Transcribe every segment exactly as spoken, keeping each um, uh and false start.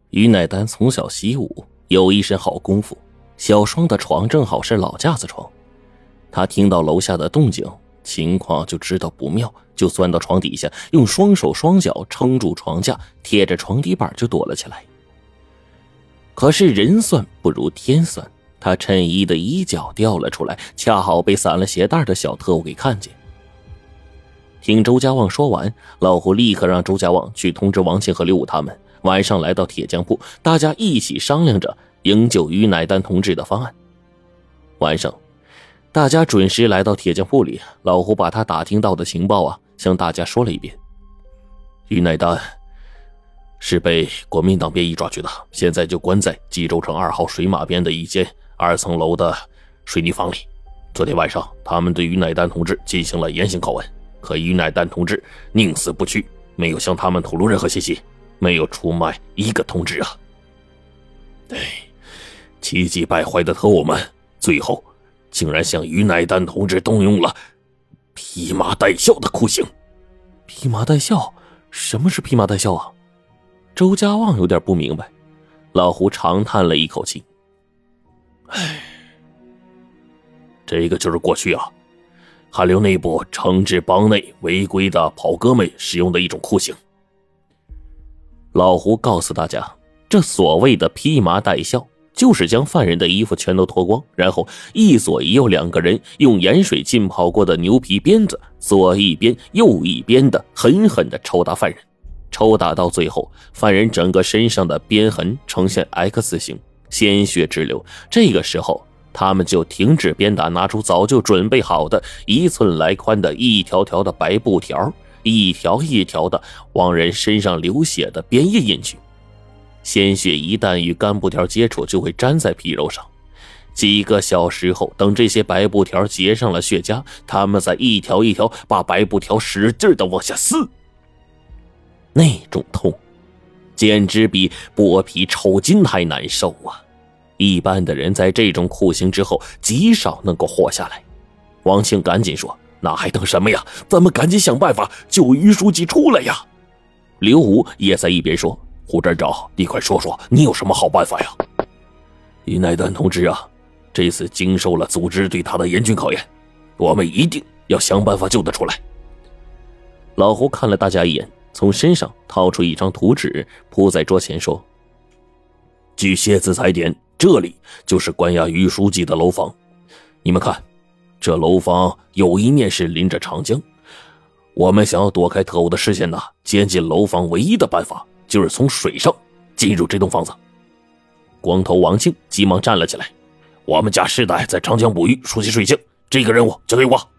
于乃丹从小习武，有一身好功夫。小双的床正好是老架子床，他听到楼下的动静，情况就知道不妙，就钻到床底下，用双手双脚撑住床架，贴着床底板就躲了起来。可是人算不如天算，他衬衣的衣角掉了出来，恰好被散了鞋带的小特务给看见。听周家旺说完，老胡立刻让周家旺去通知王庆和刘武他们，晚上来到铁匠铺，大家一起商量着营救于乃丹同志的方案。晚上大家准时来到铁匠铺里，老胡把他打听到的情报啊向大家说了一遍。于乃丹是被国民党便衣抓去的，现在就关在济州城二号水马边的一间二层楼的水泥房里。昨天晚上他们对于乃丹同志进行了严刑拷问，可于乃丹同志宁死不屈，没有向他们吐露任何信息，没有出卖一个同志啊。对，气急败坏的特务们最后竟然向于乃丹同志动用了披麻戴孝的酷刑。披麻戴孝？什么是披麻戴孝啊？周家旺有点不明白。老胡长叹了一口气，唉，这个就是过去啊韩流内部惩治帮内违规的跑哥们使用的一种酷刑。老胡告诉大家，这所谓的披麻戴孝就是将犯人的衣服全都脱光，然后一左一右两个人用盐水浸泡过的牛皮鞭子左一边右一边的狠狠地抽打犯人，抽打到最后，犯人整个身上的鞭痕呈现 X 型，鲜血直流。这个时候他们就停止鞭打，拿出早就准备好的一寸来宽的一条条的白布条，一条一条的往人身上流血的鞭印印去。鲜血一旦与干布条接触，就会粘在皮肉上。几个小时后，等这些白布条结上了血痂，他们再一条一条把白布条使劲的往下撕。那种痛简直比剥皮抽筋还难受啊！一般的人在这种酷刑之后极少能够活下来。王庆赶紧说，那还等什么呀，咱们赶紧想办法救于书记出来呀。刘武也在一边说，胡站长，你快说说你有什么好办法呀？于乃丹同志啊，这次经受了组织对他的严峻考验，我们一定要想办法救得出来。老胡看了大家一眼，从身上掏出一张图纸铺在桌前说，据蝎子踩点，这里就是关押于书记的楼房。你们看，这楼房有一面是临着长江，我们想要躲开特务的视线呢，接近楼房唯一的办法就是从水上进入这栋房子。光头王庆急忙站了起来，我们家世代在长江捕鱼，熟悉水性，这个任务交给我。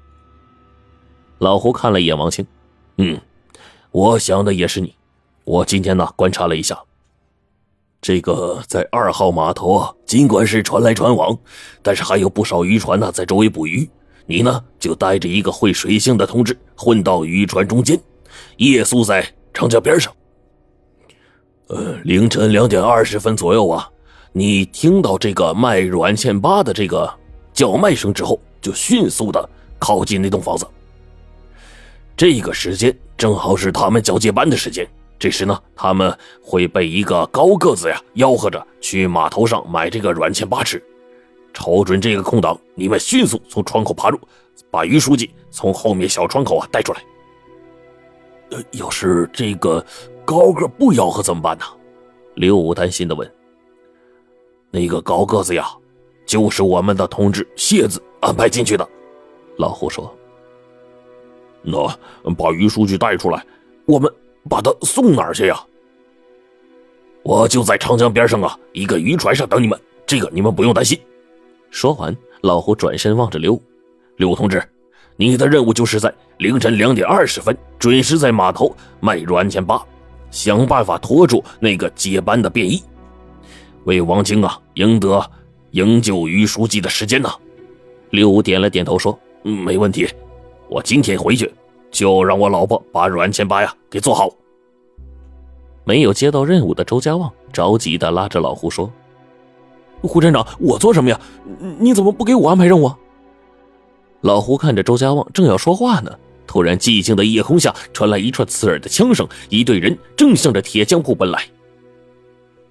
老胡看了一眼王庆，嗯，我想的也是你。我今天呢观察了一下，这个在二号码头啊，尽管是船来船往，但是还有不少渔船呢在周围捕鱼。你呢就带着一个会水性的同志混到渔船中间，夜宿在长江边上。呃，凌晨两点二十分左右啊，你听到这个卖软欠巴的这个叫卖声之后，就迅速的靠近那栋房子。这个时间正好是他们交接班的时间，这时呢，他们会被一个高个子呀吆喝着去码头上买这个软欠巴吃。瞅准这个空档，你们迅速从窗口爬入，把于书记从后面小窗口啊带出来。呃，要是这个高个不吆喝怎么办呢？刘武担心地问。那个高个子呀，就是我们的同志谢子安排进去的。老胡说。那把于书记带出来，我们把他送哪儿去呀？我就在长江边上啊，一个渔船上等你们，这个你们不用担心。说完，老胡转身望着刘武，刘同志，你的任务就是在凌晨两点二十分准时在码头卖软钱巴，想办法拖住那个接班的便衣，为王清啊赢得营救于书记的时间呢。刘武点了点头说，嗯，没问题，我今天回去就让我老婆把软钱巴呀给做好。没有接到任务的周家旺着急地拉着老胡说，胡站长，我做什么呀？你怎么不给我安排任务啊？老胡看着周家旺正要说话呢，突然寂静的夜空下传来一串刺耳的枪声，一队人正向着铁匠铺奔来。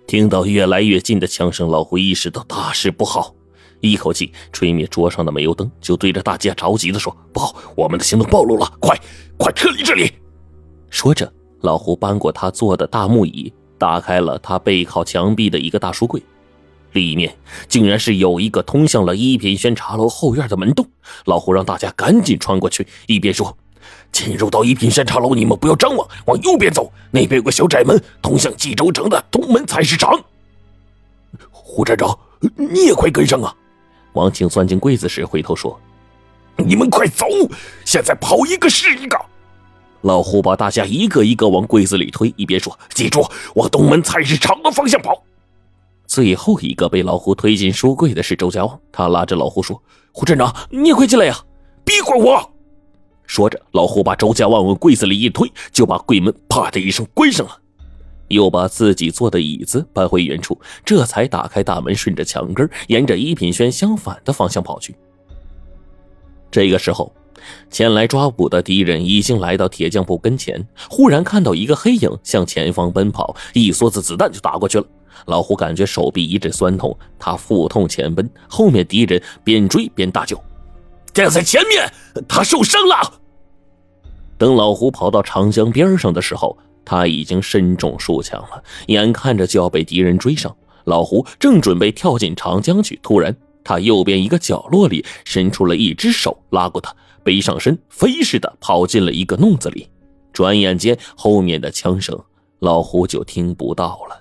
听到越来越近的枪声，老胡意识到大事不好，一口气吹灭桌上的煤油灯，就对着大家着急地说：不好，我们的行动暴露了，快快撤离这里。说着，老胡搬过他坐的大木椅，打开了他背靠墙壁的一个大书柜，里面竟然是有一个通向了一品轩茶楼后院的门洞。老胡让大家赶紧穿过去，一边说：进入到一品轩茶楼，你们不要张望，往右边走，那边有个小窄门，通向冀州城的东门菜市场。胡站长，你也快跟上啊！王庆钻进柜子时回头说：你们快走，现在跑一个是一个。老胡把大家一个一个往柜子里推，一边说：记住，往东门菜市场的方向跑。最后一个被老胡推进书柜的是周家旺，他拉着老胡说：胡站长，你也快进来呀！别管我！说着，老胡把周家旺往柜子里一推，就把柜门啪的一声关上了，又把自己坐的椅子搬回原处，这才打开大门，顺着墙根沿着一品轩相反的方向跑去。这个时候，前来抓捕的敌人已经来到铁匠铺跟前，忽然看到一个黑影向前方奔跑，一梭子子弹就打过去了。老胡感觉手臂一阵酸痛，他腹痛前奔，后面敌人边追边大叫：就在前面，他受伤了！等老胡跑到长江边上的时候，他已经身中数枪了，眼看着就要被敌人追上。老胡正准备跳进长江去，突然他右边一个角落里伸出了一只手，拉过他，背上身飞似的跑进了一个弄子里。转眼间，后面的枪声老胡就听不到了。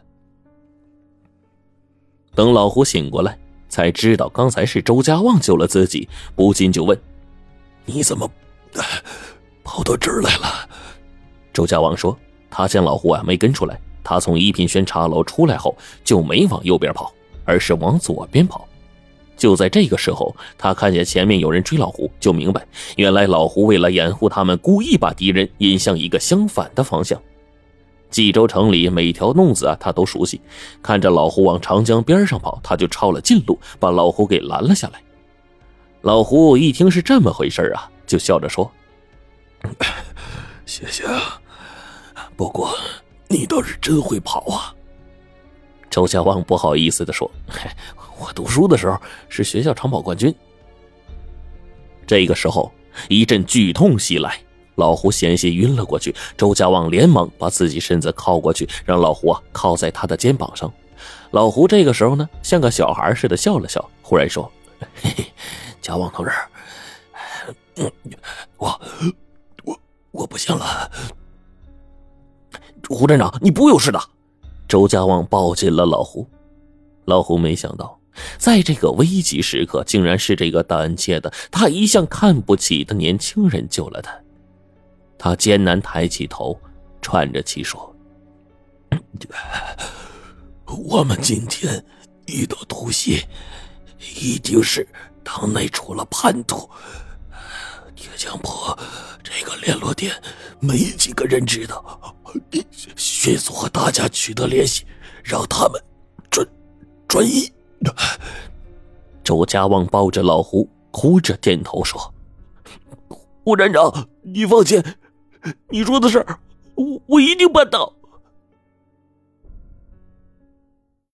等老胡醒过来，才知道刚才是周家旺救了自己，不禁就问：你怎么跑到这儿来了？周家旺说，他见老胡啊没跟出来，他从一品轩茶楼出来后就没往右边跑，而是往左边跑。就在这个时候，他看见前面有人追老胡，就明白原来老胡为了掩护他们，故意把敌人引向一个相反的方向。冀州城里每条弄子啊，他都熟悉，看着老胡往长江边上跑，他就抄了近路，把老胡给拦了下来。老胡一听是这么回事啊，就笑着说：谢谢啊，不过你倒是真会跑啊。周家旺不好意思地说：我读书的时候是学校长跑冠军。这个时候，一阵剧痛袭来，老胡险些晕了过去。周家旺连忙把自己身子靠过去，让老胡啊靠在他的肩膀上。老胡这个时候呢，像个小孩似的笑了笑，忽然说：嘿嘿，家旺同志，嗯，我我我不行了。胡站长，你不会有事的。周家旺抱紧了老胡。老胡没想到，在这个危急时刻，竟然是这个胆怯的他一向看不起的年轻人救了他。他艰难抬起头，喘着气说：我们今天遇到突袭，一定是堂内出了叛徒。铁匠铺这个联络点没几个人知道，迅速和大家取得联系，让他们转转移。周家旺抱着老胡，哭着点头说：胡站长，你放心，你说的事儿我我一定办到。